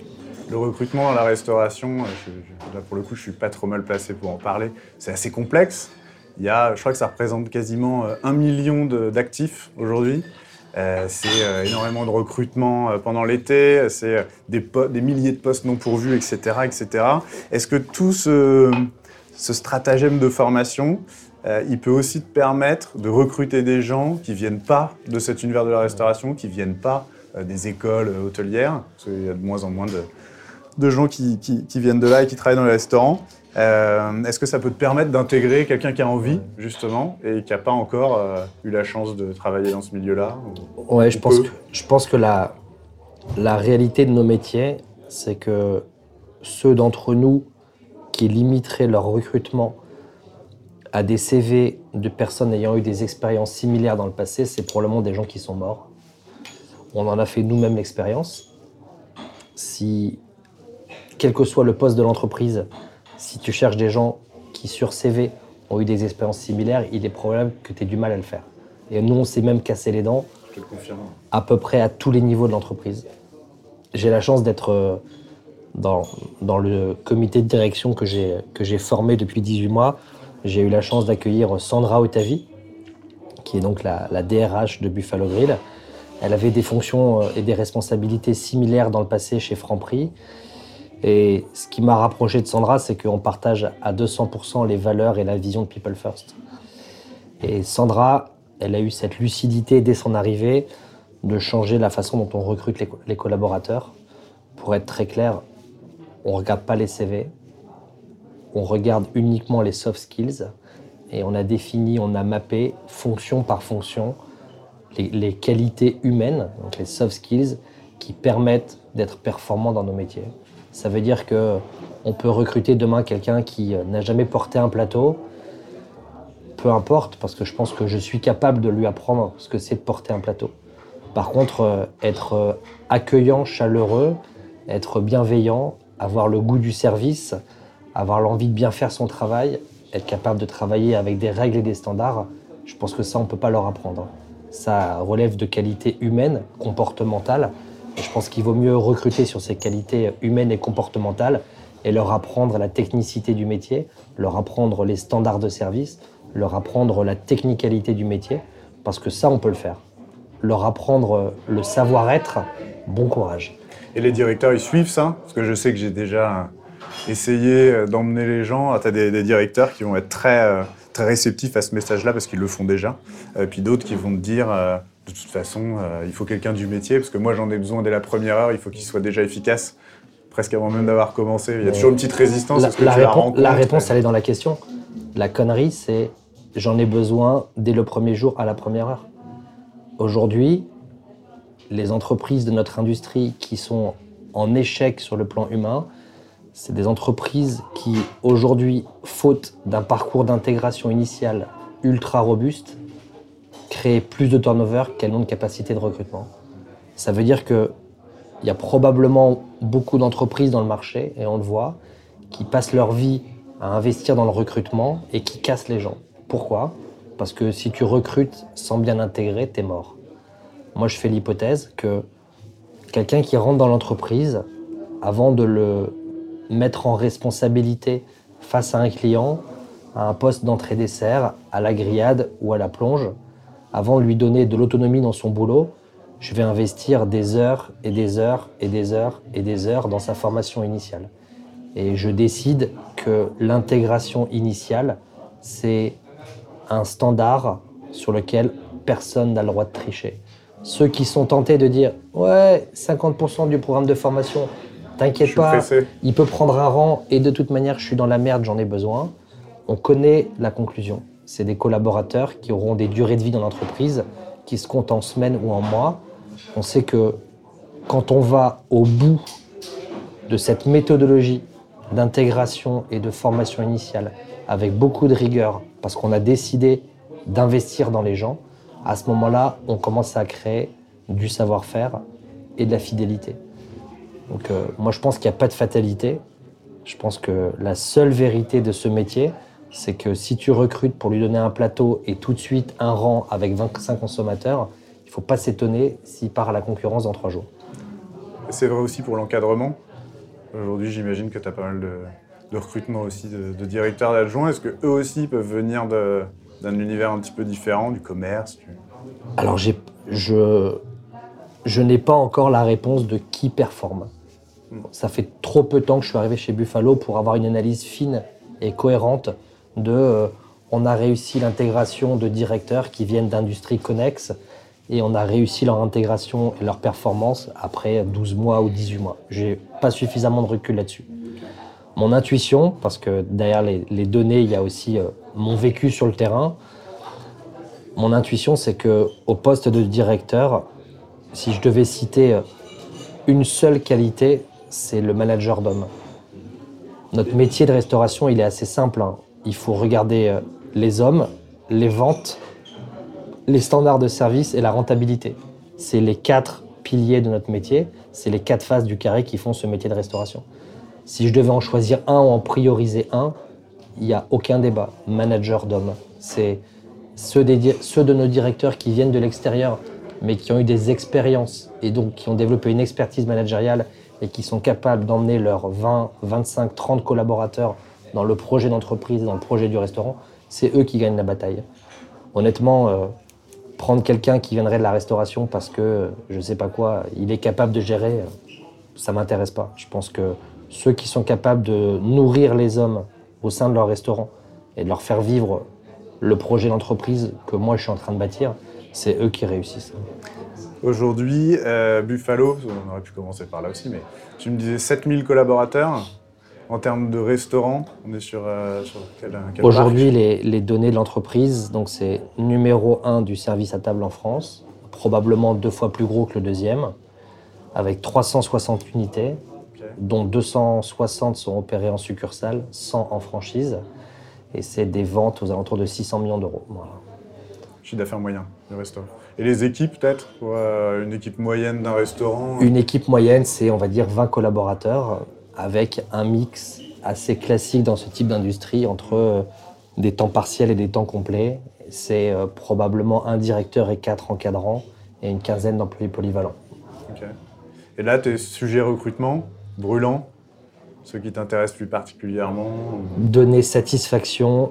Le recrutement dans la restauration, je, je, là pour le coup, je suis pas trop mal placé pour en parler. C'est assez complexe. Il y a, je crois que ça représente quasiment un million de, d'actifs aujourd'hui. Euh, c'est euh, énormément de recrutement euh, pendant l'été, c'est euh, des, po- des milliers de postes non pourvus, et cetera, et cetera. Est-ce que tout ce, ce stratagème de formation, euh, il peut aussi te permettre de recruter des gens qui viennent pas de cet univers de la restauration, qui viennent pas euh, des écoles euh, hôtelières, parce qu'il y a de moins en moins de, de gens qui, qui, qui viennent de là et qui travaillent dans les restaurants. Euh, est-ce que ça peut te permettre d'intégrer quelqu'un qui a envie, justement, et qui n'a pas encore euh, eu la chance de travailler dans ce milieu-là ou, Ouais, je ou pense, peu que, je pense que la, la réalité de nos métiers, c'est que ceux d'entre nous qui limiteraient leur recrutement à des C V de personnes ayant eu des expériences similaires dans le passé, c'est probablement des gens qui sont morts. On en a fait nous-mêmes l'expérience. Si, quel que soit le poste de l'entreprise, si tu cherches des gens qui, sur C V, ont eu des expériences similaires, il est probable que tu aies du mal à le faire. Et nous, on s'est même cassé les dents Je te le confirme. à peu près à tous les niveaux de l'entreprise. J'ai la chance d'être dans, dans le comité de direction que j'ai, que j'ai formé depuis dix-huit mois. J'ai eu la chance d'accueillir Sandra Otavi, qui est donc la, la D R H de Buffalo Grill. Elle avait des fonctions et des responsabilités similaires dans le passé chez Franprix. Et ce qui m'a rapproché de Sandra, c'est qu'on partage à deux cents pour cent les valeurs et la vision de People First. Et Sandra, elle a eu cette lucidité dès son arrivée de changer la façon dont on recrute les, les collaborateurs. Pour être très clair, on ne regarde pas les C V, on regarde uniquement les soft skills et on a défini, on a mappé fonction par fonction les, les qualités humaines, donc les soft skills, qui permettent d'être performants dans nos métiers. Ça veut dire qu'on peut recruter demain quelqu'un qui n'a jamais porté un plateau, peu importe, parce que je pense que je suis capable de lui apprendre ce que c'est de porter un plateau. Par contre, être accueillant, chaleureux, être bienveillant, avoir le goût du service, avoir l'envie de bien faire son travail, être capable de travailler avec des règles et des standards, je pense que ça, on ne peut pas leur apprendre. Ça relève de qualités humaines, comportementales. Et je pense qu'il vaut mieux recruter sur ces qualités humaines et comportementales et leur apprendre la technicité du métier, leur apprendre les standards de service, leur apprendre la technicalité du métier, parce que ça, on peut le faire. Leur apprendre le savoir-être, bon courage. Et les directeurs, ils suivent ça? Parce que je sais que j'ai déjà essayé d'emmener les gens. Tu as des, des directeurs qui vont être très, très réceptifs à ce message-là parce qu'ils le font déjà. Et puis d'autres qui vont te dire, euh, de toute façon, euh, il faut quelqu'un du métier, parce que moi, j'en ai besoin dès la première heure, il faut qu'il soit déjà efficace presque avant même d'avoir commencé. Il y a toujours une petite résistance. La, Est-ce que la, tu la, réponse, la réponse, et... elle est dans la question. La connerie, c'est j'en ai besoin dès le premier jour à la première heure. Aujourd'hui, les entreprises de notre industrie qui sont en échec sur le plan humain, c'est des entreprises qui, aujourd'hui, faute d'un parcours d'intégration initiale ultra robuste, créent plus de turnover qu'elles n'ont de capacité de recrutement. Ça veut dire qu'il y a probablement beaucoup d'entreprises dans le marché, et on le voit, qui passent leur vie à investir dans le recrutement et qui cassent les gens. Pourquoi ? Parce que si tu recrutes sans bien intégrer, t'es mort. Moi, je fais l'hypothèse que quelqu'un qui rentre dans l'entreprise, avant de le mettre en responsabilité face à un client, à un poste d'entrée-dessert, à la grillade ou à la plonge, avant de lui donner de l'autonomie dans son boulot, je vais investir des heures et des heures et des heures et des heures dans sa formation initiale. Et je décide que l'intégration initiale, c'est un standard sur lequel personne n'a le droit de tricher. Ceux qui sont tentés de dire « Ouais, cinquante pour cent du programme de formation, t'inquiète pas, pressé. Il peut prendre un rang et de toute manière, je suis dans la merde, j'en ai besoin », on connaît la conclusion. C'est des collaborateurs qui auront des durées de vie dans l'entreprise, qui se comptent en semaines ou en mois. On sait que quand on va au bout de cette méthodologie d'intégration et de formation initiale, avec beaucoup de rigueur, parce qu'on a décidé d'investir dans les gens, à ce moment-là, on commence à créer du savoir-faire et de la fidélité. Donc euh, moi, je pense qu'il n'y a pas de fatalité. Je pense que la seule vérité de ce métier, c'est que si tu recrutes pour lui donner un plateau et tout de suite un rang avec vingt-cinq consommateurs, il ne faut pas s'étonner s'il part à la concurrence dans trois jours. C'est vrai aussi pour l'encadrement. Aujourd'hui, j'imagine que tu as pas mal de, de recrutement aussi de, de directeurs d'adjoints. Est-ce qu'eux aussi peuvent venir de, d'un univers un petit peu différent, du commerce du... Alors, j'ai, je, je n'ai pas encore la réponse de qui performe. Ça fait trop peu de temps que je suis arrivé chez Buffalo pour avoir une analyse fine et cohérente de euh, on a réussi l'intégration de directeurs qui viennent d'industries connexes et on a réussi leur intégration et leur performance après douze mois ou dix-huit mois. J'ai pas suffisamment de recul là-dessus. Mon intuition, parce que derrière les, les données, il y a aussi euh, mon vécu sur le terrain, mon intuition, c'est qu'au poste de directeur, si je devais citer une seule qualité, c'est le manager d'hommes. Notre métier de restauration, il est assez simple, hein. Il faut regarder les hommes, les ventes, les standards de service et la rentabilité. C'est les quatre piliers de notre métier, c'est les quatre faces du carré qui font ce métier de restauration. Si je devais en choisir un ou en prioriser un, il n'y a aucun débat. Manager d'hommes, c'est ceux, des, ceux de nos directeurs qui viennent de l'extérieur, mais qui ont eu des expériences et donc qui ont développé une expertise managériale et qui sont capables d'emmener leurs vingt, vingt-cinq, trente collaborateurs dans le projet d'entreprise, dans le projet du restaurant, c'est eux qui gagnent la bataille. Honnêtement, euh, prendre quelqu'un qui viendrait de la restauration parce que, je ne sais pas quoi, il est capable de gérer, euh, ça ne m'intéresse pas. Je pense que ceux qui sont capables de nourrir les hommes au sein de leur restaurant et de leur faire vivre le projet d'entreprise que moi je suis en train de bâtir, c'est eux qui réussissent. Aujourd'hui, euh, Buffalo, on aurait pu commencer par là aussi, mais tu me disais sept mille collaborateurs. En termes de restaurants, on est sur, euh, sur quelle, quelle Aujourd'hui, les, les données de l'entreprise, donc c'est numéro un du service à table en France, probablement deux fois plus gros que le deuxième, avec trois cent soixante unités, okay. dont deux cent soixante sont opérées en succursale, cent en franchise, et c'est des ventes aux alentours de six cents millions d'euros. Voilà. Chiffre d'affaires moyen du restaurant. Et les équipes, peut-être pour, euh, une équipe moyenne d'un restaurant? Une équipe moyenne, c'est, on va dire, vingt collaborateurs, avec un mix assez classique dans ce type d'industrie entre euh, des temps partiels et des temps complets. C'est euh, probablement un directeur et quatre encadrants et une quinzaine d'employés polyvalents. Okay. Et là, tes sujets recrutement, brûlants, ceux qui t'intéressent plus particulièrement? Donner satisfaction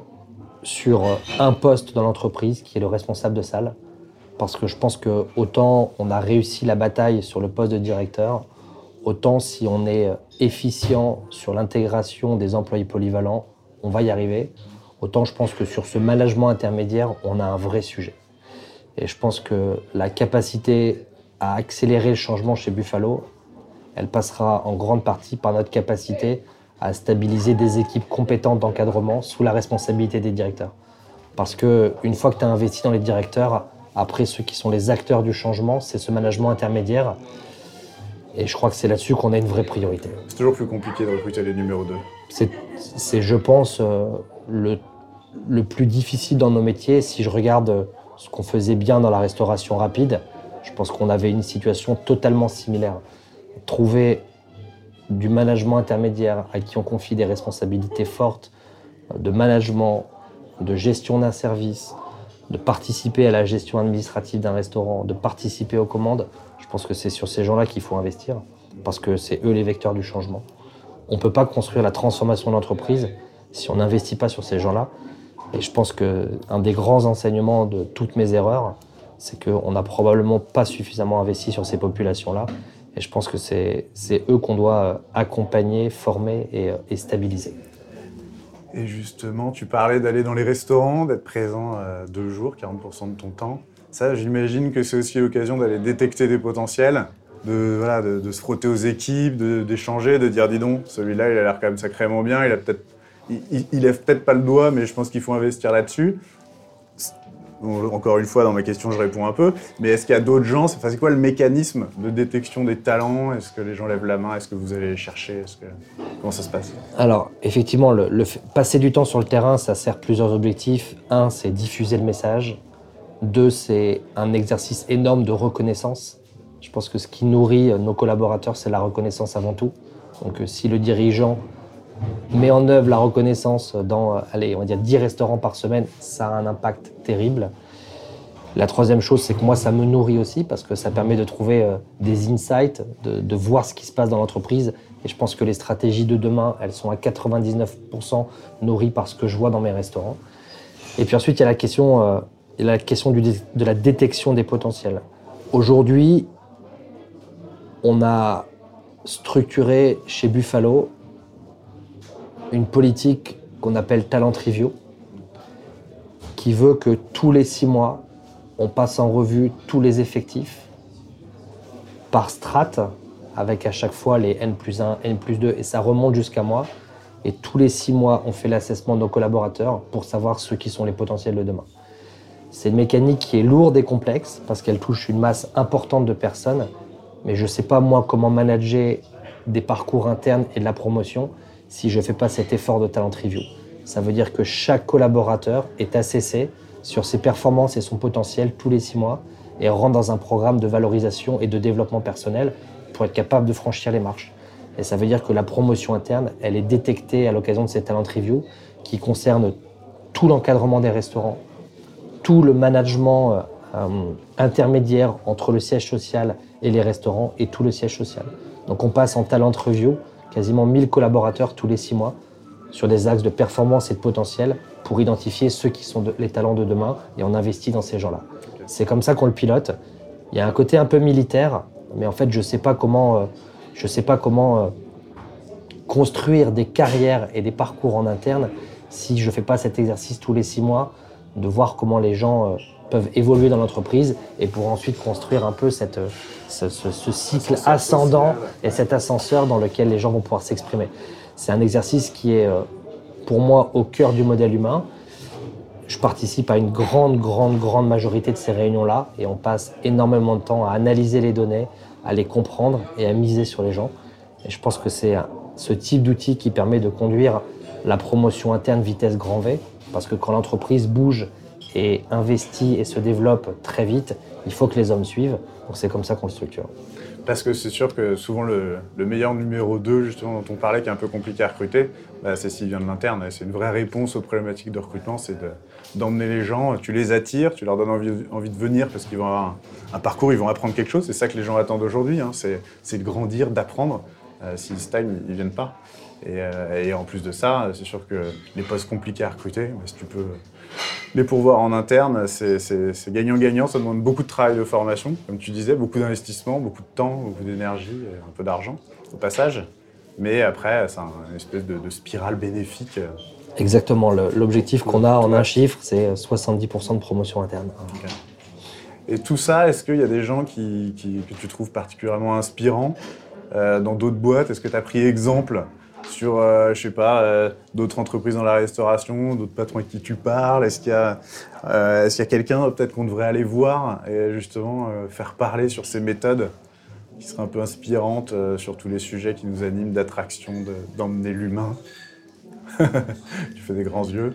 sur un poste dans l'entreprise qui est le responsable de salle. Parce que je pense que autant on a réussi la bataille sur le poste de directeur, autant si on est efficient sur l'intégration des employés polyvalents, on va y arriver. Autant je pense que sur ce management intermédiaire, on a un vrai sujet. Et je pense que la capacité à accélérer le changement chez Buffalo, elle passera en grande partie par notre capacité à stabiliser des équipes compétentes d'encadrement sous la responsabilité des directeurs. Parce qu'une fois que tu as investi dans les directeurs, après ceux qui sont les acteurs du changement, c'est ce management intermédiaire. Et je crois que c'est là-dessus qu'on a une vraie priorité. C'est toujours plus compliqué de recruter les numéros deux. C'est, c'est je pense, euh, le, le plus difficile dans nos métiers. Si je regarde ce qu'on faisait bien dans la restauration rapide, je pense qu'on avait une situation totalement similaire. Trouver du management intermédiaire à qui on confie des responsabilités fortes, de management, de gestion d'un service, de participer à la gestion administrative d'un restaurant, de participer aux commandes, je pense que c'est sur ces gens-là qu'il faut investir, parce que c'est eux les vecteurs du changement. On ne peut pas construire la transformation de l'entreprise si on n'investit pas sur ces gens-là. Et je pense qu'un des grands enseignements de toutes mes erreurs, c'est qu'on n'a probablement pas suffisamment investi sur ces populations-là. Et je pense que c'est, c'est eux qu'on doit accompagner, former et, et stabiliser. Et justement, tu parlais d'aller dans les restaurants, d'être présent euh, deux jours, quarante pour cent de ton temps. Ça, j'imagine que c'est aussi l'occasion d'aller détecter des potentiels, de, voilà, de, de se frotter aux équipes, de, d'échanger, de dire « dis donc, celui-là, il a l'air quand même sacrément bien, il a peut-être, il, il, il lève peut-être pas le doigt, mais je pense qu'il faut investir là-dessus ». Bon, encore une fois, dans ma question, je réponds un peu. Mais est-ce qu'il y a d'autres gens? Enfin, c'est quoi le mécanisme de détection des talents? Est-ce que les gens lèvent la main? Est-ce que vous allez les chercher? Est-ce que... Comment ça se passe? Alors, effectivement, le, le fait, passer du temps sur le terrain, ça sert plusieurs objectifs. Un, c'est diffuser le message. Deux, c'est un exercice énorme de reconnaissance. Je pense que ce qui nourrit nos collaborateurs, c'est la reconnaissance avant tout. Donc, si le dirigeant met en œuvre la reconnaissance dans, allez, on va dire dix restaurants par semaine, ça a un impact terrible. La troisième chose, c'est que moi, ça me nourrit aussi parce que ça permet de trouver euh, des insights, de, de voir ce qui se passe dans l'entreprise. Et je pense que les stratégies de demain, elles sont à quatre-vingt-dix-neuf pour cent nourries par ce que je vois dans mes restaurants. Et puis ensuite, il y a la question, euh, il y a la question du, de la détection des potentiels. Aujourd'hui, on a structuré chez Buffalo une politique qu'on appelle Talent Review, qui veut que tous les six mois, on passe en revue tous les effectifs par strate, avec à chaque fois les N plus un, N plus deux, et ça remonte jusqu'à moi. Et tous les six mois, on fait l'assessment de nos collaborateurs pour savoir ceux qui sont les potentiels de demain. C'est une mécanique qui est lourde et complexe, parce qu'elle touche une masse importante de personnes, mais je ne sais pas moi comment manager des parcours internes et de la promotion si je ne fais pas cet effort de Talent Review. Ça veut dire que chaque collaborateur est assessé sur ses performances et son potentiel tous les six mois et rentre dans un programme de valorisation et de développement personnel pour être capable de franchir les marches. Et ça veut dire que la promotion interne, elle est détectée à l'occasion de ces Talent Review qui concernent tout l'encadrement des restaurants, tout le management euh, intermédiaire entre le siège social et les restaurants et tout le siège social. Donc on passe en Talent Review quasiment mille collaborateurs tous les six mois sur des axes de performance et de potentiel pour identifier ceux qui sont de, les talents de demain et on investit dans ces gens-là. Okay. C'est comme ça qu'on le pilote. Il y a un côté un peu militaire, mais en fait, je ne sais pas comment, euh, je sais pas comment euh, construire des carrières et des parcours en interne si je ne fais pas cet exercice tous les six mois, de voir comment les gens euh, peuvent évoluer dans l'entreprise et pour ensuite construire un peu cette, ce, ce, ce cycle ascendant et cet ascenseur dans lequel les gens vont pouvoir s'exprimer. C'est un exercice qui est, pour moi, au cœur du modèle humain. Je participe à une grande, grande, grande majorité de ces réunions-là et on passe énormément de temps à analyser les données, à les comprendre et à miser sur les gens. Et je pense que c'est ce type d'outil qui permet de conduire la promotion interne vitesse grand V, parce que quand l'entreprise bouge et investit et se développe très vite, il faut que les hommes suivent. Donc c'est comme ça qu'on le structure. Parce que c'est sûr que souvent le, le meilleur numéro deux, justement, dont on parlait, qui est un peu compliqué à recruter, bah, c'est s'il vient de l'interne. C'est une vraie réponse aux problématiques de recrutement, c'est de, d'emmener les gens, tu les attires, tu leur donnes envie, envie de venir parce qu'ils vont avoir un, un parcours, ils vont apprendre quelque chose. C'est ça que les gens attendent aujourd'hui, hein, c'est, c'est de grandir, d'apprendre. Euh, s'ils stagnent, ils ne viennent pas. Et, euh, et en plus de ça, c'est sûr que les postes compliqués à recruter, bah, si tu peux les pourvoir en interne, c'est, c'est, c'est gagnant-gagnant. Ça demande beaucoup de travail de formation, comme tu disais, beaucoup d'investissement, beaucoup de temps, beaucoup d'énergie, et un peu d'argent au passage. Mais après, c'est une espèce de, de spirale bénéfique. Exactement. Le, l'objectif qu'on a en un chiffre, c'est soixante-dix pour cent de promotion interne. Okay. Et tout ça, est-ce qu'il y a des gens qui, qui, que tu trouves particulièrement inspirants euh, dans d'autres boîtes? Est-ce que tu as pris exemple sur, euh, je sais pas, euh, d'autres entreprises dans la restauration, d'autres patrons avec qui tu parles? Est-ce qu'il y a, euh, est-ce qu'il y a quelqu'un peut-être qu'on devrait aller voir et justement euh, faire parler sur ces méthodes qui seraient un peu inspirantes euh, sur tous les sujets qui nous animent d'attraction, de, d'emmener l'humain? Tu fais des grands yeux.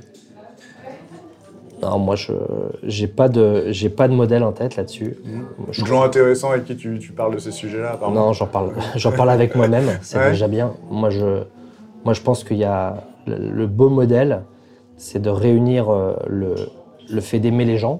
Non, moi, je j'ai pas de j'ai pas de modèle en tête là-dessus. Mmh. Je Des gens intéressants avec qui tu, tu parles de ces sujets-là, apparemment. Non, j'en parle, j'en parle avec moi-même, c'est Ouais. déjà bien. Moi je, moi, je pense qu'il y a le, le beau modèle, c'est de réunir euh, le, le fait d'aimer les gens,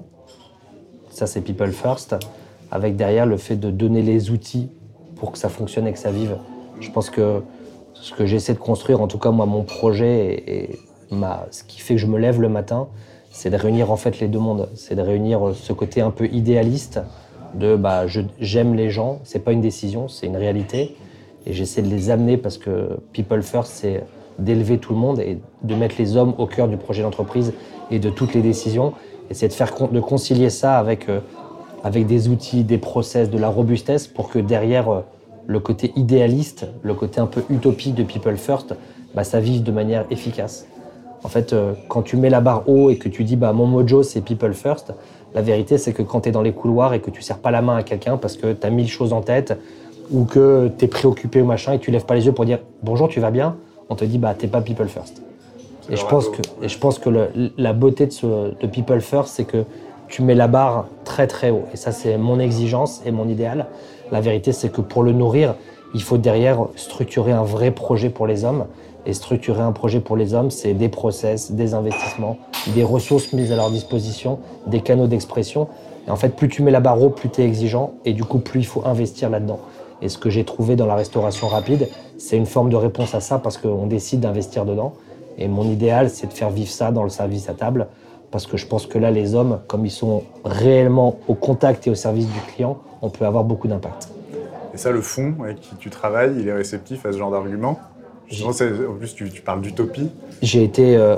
ça c'est people first, avec derrière le fait de donner les outils pour que ça fonctionne et que ça vive. Je pense que ce que j'essaie de construire, en tout cas moi, mon projet et, et ma, ce qui fait que je me lève le matin, c'est de réunir en fait les deux mondes. C'est de réunir ce côté un peu idéaliste de bah, je, j'aime les gens, c'est pas une décision, c'est une réalité. Et j'essaie de les amener parce que People First, c'est d'élever tout le monde et de mettre les hommes au cœur du projet d'entreprise et de toutes les décisions. Et c'est de, faire, de concilier ça avec, euh, avec des outils, des process, de la robustesse pour que derrière euh, le côté idéaliste, le côté un peu utopique de People First, bah, ça vive de manière efficace. En fait, euh, quand tu mets la barre haut et que tu dis bah, mon mojo c'est People First, la vérité c'est que quand tu es dans les couloirs et que tu serres pas la main à quelqu'un parce que tu as mille choses en tête ou que tu es préoccupé ou machin et que tu lèves pas les yeux pour dire bonjour, tu vas bien, on te dit bah t'es pas People First. Et je, pense que, et je pense que le, la beauté de, ce, de People First, c'est que tu mets la barre très très haut. Et ça, c'est mon exigence et mon idéal. La vérité, c'est que pour le nourrir, il faut derrière structurer un vrai projet pour les hommes. Et structurer un projet pour les hommes, c'est des process, des investissements, des ressources mises à leur disposition, des canaux d'expression. Et en fait, plus tu mets la barre haut, plus tu es exigeant. Et du coup, plus il faut investir là-dedans. Et ce que j'ai trouvé dans la restauration rapide, c'est une forme de réponse à ça parce qu'on décide d'investir dedans. Et mon idéal, c'est de faire vivre ça dans le service à table, parce que je pense que là, les hommes, comme ils sont réellement au contact et au service du client, on peut avoir beaucoup d'impact. Et ça, le fond avec qui tu travailles, il est réceptif à ce genre d'argument? Justement, c'est, en plus, tu, tu parles d'utopie. J'ai été... Euh,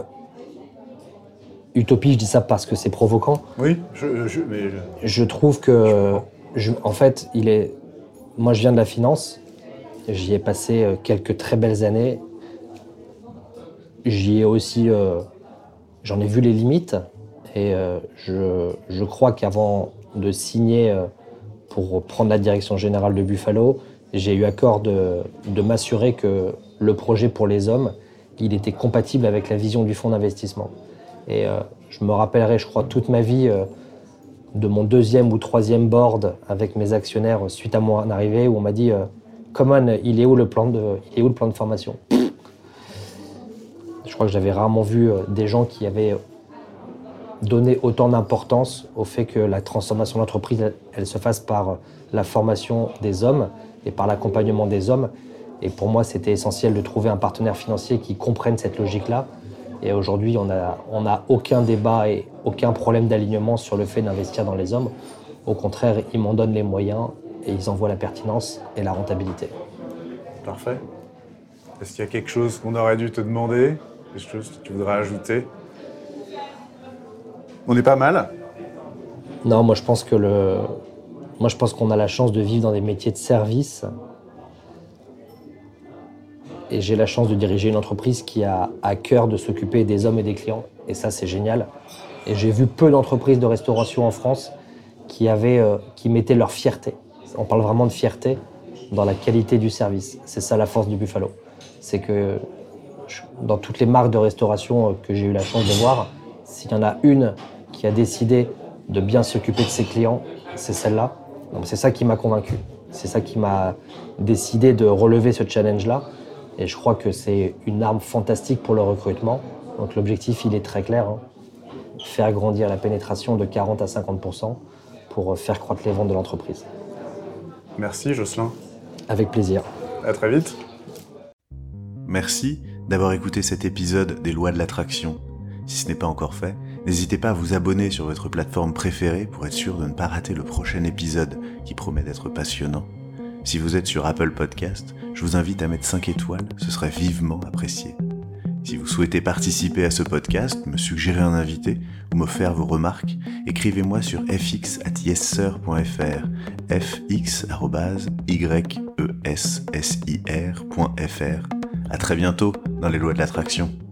utopie, je dis ça parce que c'est provoquant. Oui, je, je, mais... Je, je trouve que... Je, en fait, il est... Moi, je viens de la finance. J'y ai passé quelques très belles années. J'y ai aussi, euh, j'en ai vu les limites et euh, je, je crois qu'avant de signer euh, pour prendre la direction générale de Buffalo, j'ai eu accord de, de m'assurer que le projet pour les hommes, il était compatible avec la vision du fonds d'investissement. Et euh, je me rappellerai, je crois, toute ma vie euh, de mon deuxième ou troisième board avec mes actionnaires suite à mon arrivée où on m'a dit euh, « Come on, il est où le plan de, il est où le plan de formation ?» Je crois que j'avais rarement vu des gens qui avaient donné autant d'importance au fait que la transformation de l'entreprise, elle se fasse par la formation des hommes et par l'accompagnement des hommes. Et pour moi, c'était essentiel de trouver un partenaire financier qui comprenne cette logique-là. Et aujourd'hui, on n'a on a aucun débat et aucun problème d'alignement sur le fait d'investir dans les hommes. Au contraire, ils m'en donnent les moyens et ils en voient la pertinence et la rentabilité. Parfait. Est-ce qu'il y a quelque chose qu'on aurait dû te demander? Quelque chose que tu voudrais ajouter? On est pas mal. Non, moi je pense que le, moi je pense qu'on a la chance de vivre dans des métiers de service. Et j'ai la chance de diriger une entreprise qui a à cœur de s'occuper des hommes et des clients. Et ça, c'est génial. Et j'ai vu peu d'entreprises de restauration en France qui avaient, euh, qui mettaient leur fierté. On parle vraiment de fierté dans la qualité du service. C'est ça la force du Buffalo. C'est que dans toutes les marques de restauration que j'ai eu la chance de voir, s'il y en a une qui a décidé de bien s'occuper de ses clients, c'est celle-là. Donc c'est ça qui m'a convaincu. C'est ça qui m'a décidé de relever ce challenge-là. Et je crois que c'est une arme fantastique pour le recrutement. Donc l'objectif, il est très clair. Hein. Faire grandir la pénétration de quarante à cinquante pour cent pour faire croître les ventes de l'entreprise. Merci Jocelyn. Avec plaisir. À très vite. Merci d'avoir écouté cet épisode des Lois de l'Attraction. Si ce n'est pas encore fait, n'hésitez pas à vous abonner sur votre plateforme préférée pour être sûr de ne pas rater le prochain épisode qui promet d'être passionnant. Si vous êtes sur Apple Podcast, je vous invite à mettre cinq étoiles, ce serait vivement apprécié. Si vous souhaitez participer à ce podcast, me suggérer un invité ou me faire vos remarques, écrivez-moi sur fx arobase yessir point fr, fx arobase yessir point fr. À très bientôt dans les lois de l'attraction.